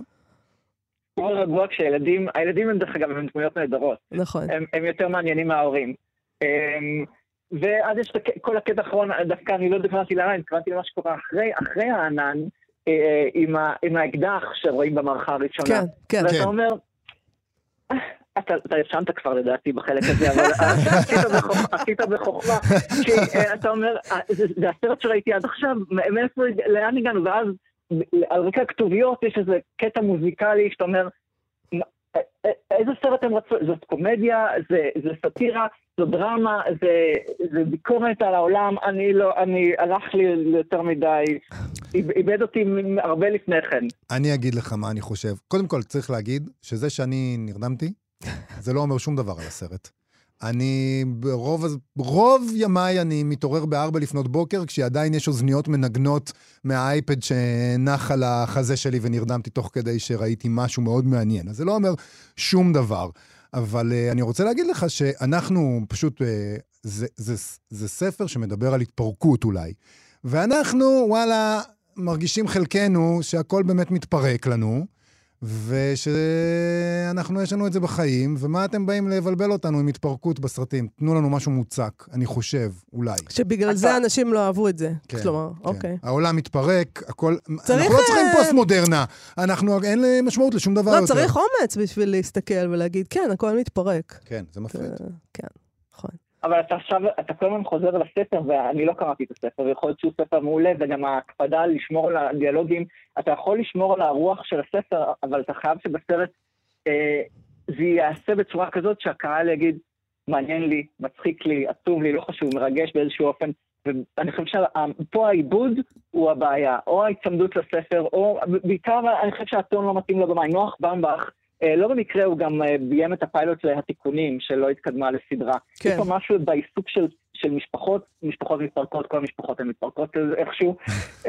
הוא רגוע כשהילדים, הילדים הם דרך אגב, הם דמויות נהדרות. נכון. הם יותר מעניינים מההורים. ואז יש כל הקטע האחרון, דווקא אני לא דקרתי לענן, דקרתי למה שקורה אחרי הענן, עם האקדח שרואים במערכה הראשונה. כן. ואתה אומר, אתה ישנת כבר לדעתי בחלק הזה, אבל עשית בחוכמה, כי אתה אומר, זה הסרט שראיתי עד עכשיו, לאן הגענו, ואז על רקע כתוביות יש איזה קטע מוזיקלי שאתה אומר, איזה סרט הם רצו? זאת קומדיה, זה סאטירה, זו דרמה, זה ביקורת על העולם, אני הלך לי יותר מדי, איבד אותי הרבה לפני כן. אני אגיד לך מה אני חושב. קודם כל צריך להגיד שזה שאני נרדמתי, זה לא אומר שום דבר על הסרט. אני ברוב ימיי אני מתעורר ב4 לפנות בוקר, כשעדיין יש אוזניות מנגנות מהאייפד שנח על החזה שלי ונרדמתי תוך כדי שראיתי משהו מאוד מעניין. אז זה לא אומר שום דבר. אבל אני רוצה להגיד לך שאנחנו פשוט, זה ספר שמדבר על התפרקות אולי. ואנחנו, וואלה, מרגישים חלקנו שהכל באמת מתפרק לנו, ושאנחנו יש לנו את זה בחיים, ומה אתם באים לבלבל אותנו עם התפרקות בסרטים? תנו לנו משהו מוצק, אני חושב, אולי. שבגלל זה אנשים לא אהבו את זה. כן, כלומר, כן. אוקיי. העולם מתפרק, הכל... אנחנו לא צריכים פוסט מודרנה. אין משמעות לשום דבר יותר. לא, צריך אומץ בשביל להסתכל ולהגיד, כן, הכל מתפרק. כן, זה מפריד. כן, נכון. אבל אתה כל הזמן חוזר לספר, ואני לא קראתי את הספר, ויכול להיות שהוא ספר מעולה, וגם ההקפדה לשמור על הדיאלוגים, אתה יכול לשמור על הרוח של הספר, אבל אתה חייב שבסרט זה יעשה בצורה כזאת שהקהל יגיד, מעניין לי, מצחיק לי, עצוב לי, לא חשוב, מרגש באיזשהו אופן, ואני חושב שפה העיבוד הוא הבעיה, או ההצמדות לספר, או בעיקר אני חושב שהטון לא מתאים לבמאי. נוח במבך, לא במקרה הוא גם ביים את הפיילוט להתיקונים שלא התקדמה לסדרה. יש פה משהו בעיסוק של משפחות מתפרקות, כל המשפחות הן מתפרקות איכשהו,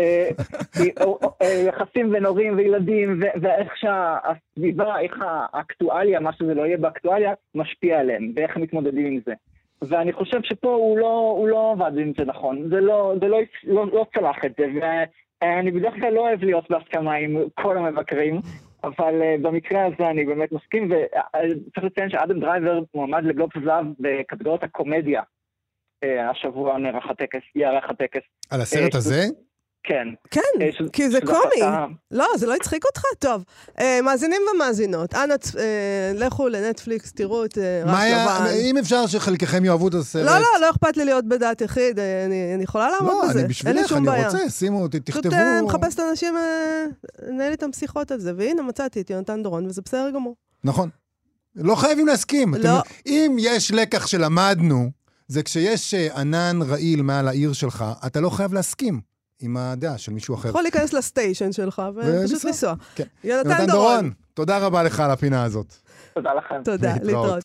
יחסים בין הורים וילדים, ואיך שהסביבה, איך האקטואליה, מה שזה לא יהיה באקטואליה, משפיע עליהם, ואיך הם מתמודדים עם זה. ואני חושב שפה הוא לא עבד עם זה נכון, זה לא צלח את זה, ואני בדרך כלל לא אוהב להיות בהסכמה עם כל המבקרים, אבל במקרה הזה אני באמת מסכים, וצריך לציין שאדם דרייבר מועמד לגלובוס זהב בקטגוריית הקומדיה. השבוע יערך הטקס. על הסרט הזה? כן. כן, כי זה קומי. לא, זה לא יצחיק אותך? טוב. מאזינים ומאזינות, אנא לכו לנטפליקס, תראו את רעש לבן. אם אפשר שחלקכם יאהבו את הסרט. לא אכפת לי להיות בדעת יחיד, אני יכולה לעמוד בזה. לא, אני בשבילך, אני רוצה, שימו, תכתבו. פשוט מחפש את האנשים, נהל איתם שיחות על זה, והנה מצאתי את יונתן דורון, וזה בסדר גמור. נכון. לא חייבים להסכים. לא. אם יש לקח שלמדנו, זה כשיש ענן רעיל מעל העיר שלך, אתה לא חייב להסכים עם הדעה של מישהו אחר. יכול להיכנס לסטיישן שלך ופשוט לנסוע. כן. יונתן דורון. תודה רבה לך על הפינה הזאת. תודה לכם. תודה, להתראות.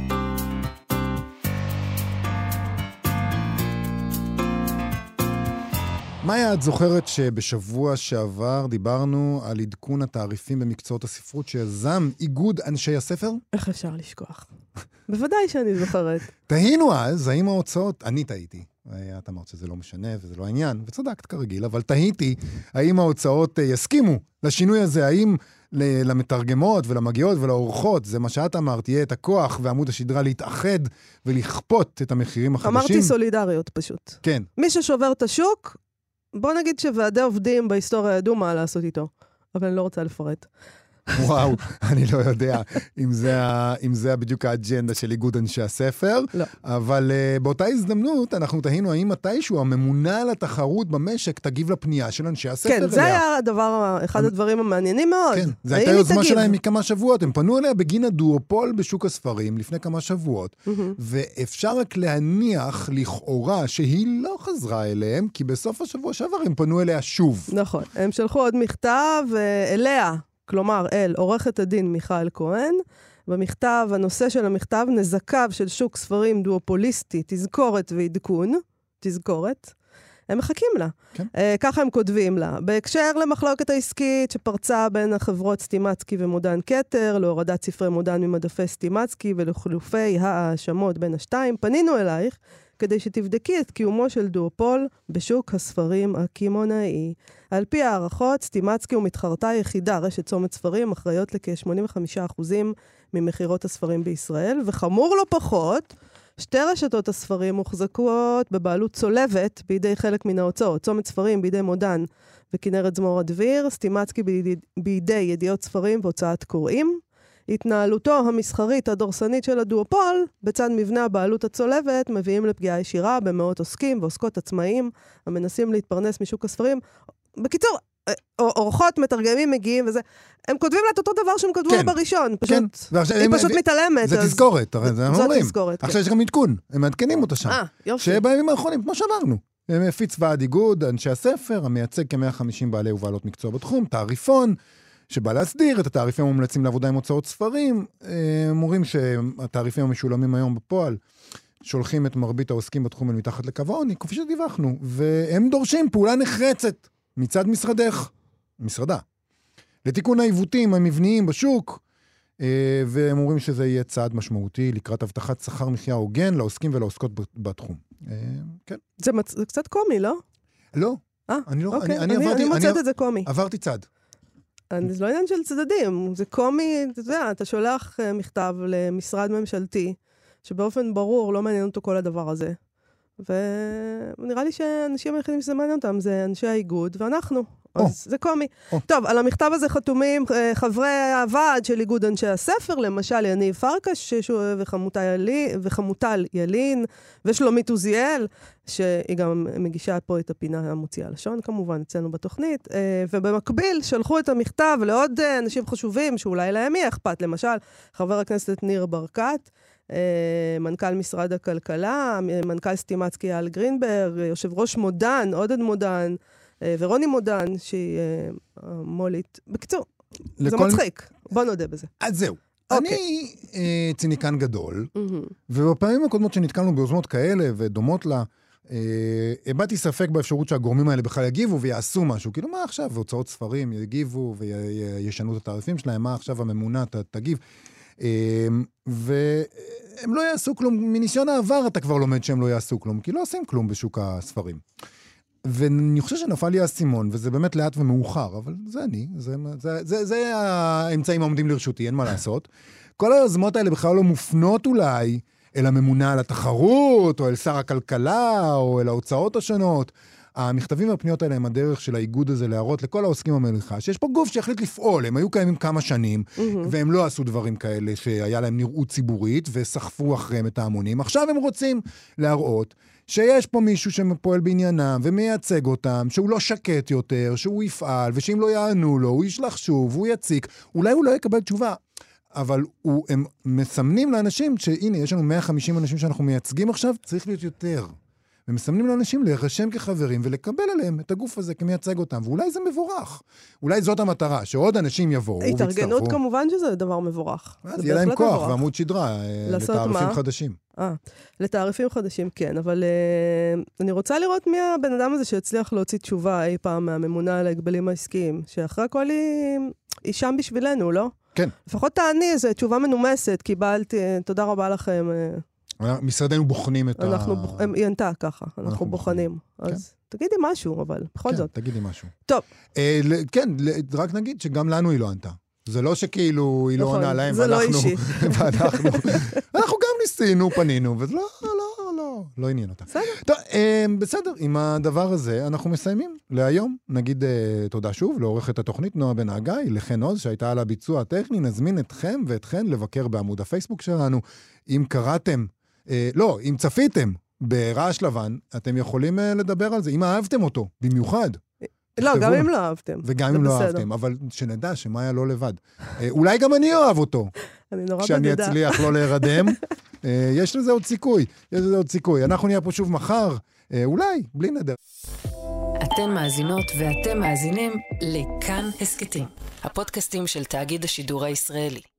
מאיה, את זוכרת שבשבוע שעבר דיברנו על עדכון התעריפים במקצועות הספרות שיזם איגוד אנשי הספר? איך אפשר לשכוח? בוודאי שאני זוכרת. תהינו אז, האם ההוצאות, אני תהיתי, את אמרת שזה לא משנה וזה לא העניין, וצדקת כרגיל, אבל תהיתי, האם ההוצאות יסכימו לשינוי הזה, האם למתרגמות ולמגיעות ולאורחות, זה מה שאת אמרת, יהיה את הכוח ועמוד השדרה להתאחד ולכפות את המחירים החדשים? אמרתי סולידריות פשוט. כן. מי ששובר את השוק, בוא נגיד שוועדי עובדים בהיסטוריה ידעו מה לעשות איתו, אבל אני לא רוצה לפרט. וואו, אני לא יודע אם זה בדיוק האג'נדה של איגוד אנשי הספר, לא. אבל באותה הזדמנות אנחנו תהינו האם מתישהו הממונה על התחרות במשק תגיב לפנייה של אנשי הספר אליה. כן, זה היה אחד הדברים המעניינים מאוד. כן, זה הייתה יוזמה שלהם מכמה שבועות, הם פנו אליה בגין הדואופול בשוק הספרים לפני כמה שבועות, ואפשר רק להניח לכאורה שהיא לא חזרה אליהם, כי בסוף השבוע שעבר הם פנו אליה שוב. נכון, הם שלחו עוד מכתב אליה, כלומר, עורכת הדין מיכל כהן, במכתב, הנושא של המכתב, נזקיו של שוק ספרים דואופוליסטי, תזכורת ועדכון, תזכורת, הם מחכים לה. כן. ככה הם כותבים לה. בהקשר למחלוקת העסקית שפרצה בין החברות סטימצקי ומודן קטר, להורדת ספרי מודן ממדפי סטימצקי ולחילופי האשמות בין השתיים, פנינו אלייך, כדי שתבדקי את קיומו של דואופול בשוק הספרים הקמעונאי. על פי הערכות, סטימצקי ומתחרתה היחידה, רשת צומת ספרים, אחראיות לכ-85% ממחירות הספרים בישראל, וחמור לא פחות, שתי רשתות הספרים מוחזקות בבעלות צולבת בידי חלק מן ההוצאות. צומת ספרים בידי מודן וכנרת זמור הדביר, סטימצקי בידי ידיעות ספרים והוצאת קוראים. התנהלותו המסחרית הדורסנית של הדואופול, בצד מבנה הבעלות הצולבת, מביאים לפגיעה ישירה במאות עוסקים ועוסקות עצמאיים, המנסים להתפרנס משוק הספרים. בקיצור, אורחות, מתרגמים מגיעים וזה, הם כותבים לה את אותו דבר שהם כתבו בראשון, פשוט, היא פשוט מתעלמת. זה תזכורת, זה זאת תזכורת. עכשיו יש גם עדכון, הם מעדכנים אותה שם. יופי. שבימים האחרונים, כמו שאמרנו, הם הפיץ ועד איגוד, אנשי הספר, המייצג כ-150 בעלי ובעלות מקצוע בתחום, תעריפון, שבא להסדיר את התעריפים המומלצים לעבודה עם הוצאות ספרים, אומרים שהתעריפים המשולמים היום בפועל, שולחים את מרבית העוסקים בתחום אל מתחת לקו העוני, כפי שדיווחנו, והם דורשים פעולה נחרצת מצד משרדה, לתיקון העיוותים המבניים בשוק, והם אומרים שזה יהיה צעד משמעותי לקראת הבטחת שכר מחיה הוגן לעוסקים ולעוסקות בתחום. כן. זה קצת קומי, לא? לא. אני מוצאת את זה קומי. עברתי צד. זה לא עניין של צדדים, זה קומי, אתה יודע, אתה שולח מכתב למשרד ממשלתי, שבאופן ברור לא מעניין אותו כל הדבר הזה. ונראה לי שהאנשים היחידים שזה מעניין אותם, זה אנשי האיגוד, ואנחנו. אז זה קומי. טוב, על המכתב הזה חתומים חברי הוועד של איגוד אנשי הספר, למשל יניב פרקש וחמוטל ילין, ושלומית עוזיאל, שהיא גם מגישה פה את הפינה המוציאה לשון, כמובן, אצלנו בתוכנית, ובמקביל שלחו את המכתב לעוד אנשים חשובים, שאולי להם יהיה אכפת, למשל, חבר הכנסת ניר ברקת, מנכ"ל משרד הכלכלה, מנכ"ל סטימצקי אל גרינברג, יושב ראש מודן, עודד מודן, ורוני מודן, שהיא מולית. בקיצור, זה מצחיק. בוא נודה בזה. אז זהו. אני ציניקן גדול, ובפעמים הקודמות שנתקלנו ביוזמות כאלה ודומות לה, הבאתי ספק באפשרות שהגורמים האלה בכלל יגיבו ויעשו משהו. כאילו, מה עכשיו? הוצאות ספרים יגיבו וישנו את התעריפים שלהם, מה עכשיו הממונה תגיב? והם לא יעשו כלום. מניסיון העבר אתה כבר לומד שהם לא יעשו כלום, כי לא עושים כלום בשוק הספרים. ואני חושב שנפל לי הסימון, וזה באמת לאט ומאוחר, אבל זה אני, זה האמצעים העומדים לרשותי, אין מה לעשות. כל היוזמות האלה בכלל לא מופנות אולי אל הממונה על התחרות, או אל שר הכלכלה, או אל ההוצאות השונות. המכתבים והפניות האלה הם הדרך של האיגוד הזה להראות לכל העוסקים במלאכה, שיש פה גוף שהחליט לפעול, הם היו קיימים כמה שנים, והם לא עשו דברים כאלה שהיה להם נראות ציבורית, וסחפו אחריהם את ההמונים. עכשיו הם רוצים להראות שיש פה מישהו שפועל בעניינם, ומייצג אותם, שהוא לא שקט יותר, שהוא יפעל, ושאם לא יענו לו, הוא ישלח שוב, הוא יציק. אולי הוא לא יקבל תשובה, אבל הם מסמנים לאנשים שהנה, יש לנו 150 אנשים שאנחנו מייצגים עכשיו, צריך להיות יותר. ומסמנים לאנשים להירשם כחברים ולקבל עליהם את הגוף הזה כמייצג אותם, ואולי זה מבורך. אולי זאת המטרה, שעוד אנשים יבואו ויצטרפו. התארגנות כמובן שזה דבר מבורך. אז יהיה להם כוח ועמוד שדרה לתעריפים חדשים. לתעריפים חדשים, כן, אבל אני רוצה לראות מי הבן אדם הזה שהצליח להוציא תשובה אי פעם מהממונה על ההגבלים העסקיים, שאחרי הכל היא שם בשבילנו, לא? כן. לפחות תעני, זו תשובה מנומסת, קיבלתי, תודה רבה לכם. משרדנו בוחנים את היא ענתה ככה, אנחנו בוחנים. אז תגידי משהו, אבל בכל זאת. כן, תגידי משהו. טוב. כן, רק נגיד שגם לנו היא לא ענתה. זה לא שכאילו היא לא עונה להם, זה לא אישי. אנחנו גם ניסינו, פנינו, וזה לא עניין אותה. טוב, בסדר, עם הדבר הזה אנחנו מסיימים להיום. נגיד תודה שוב לעורכת התוכנית נועה בן הגיא, לחן עוז שהייתה על הביצוע הטכני, נזמין אתכם ואתכן לבקר בעמוד הפייסבוק שלנו. אם קראתם, אם צפיתם ברעש לבן, אתם יכולים לדבר על זה, אם אהבתם אותו, במיוחד. לא, גם אם לא אהבתם. וגם אם לא אהבתם, אבל שנדע שמאיה לא לבד. אולי גם אני אוהב אותו. אני נורא בדידה. כשאני אצליח לא להירדם. יש לזה עוד סיכוי. אנחנו נהיה פה שוב מחר, אולי, בלי נדר. אתן מאזינות ואתם מאזינים לכאן הסקטים, הפודקאסטים של תאגיד השידור הישראלי.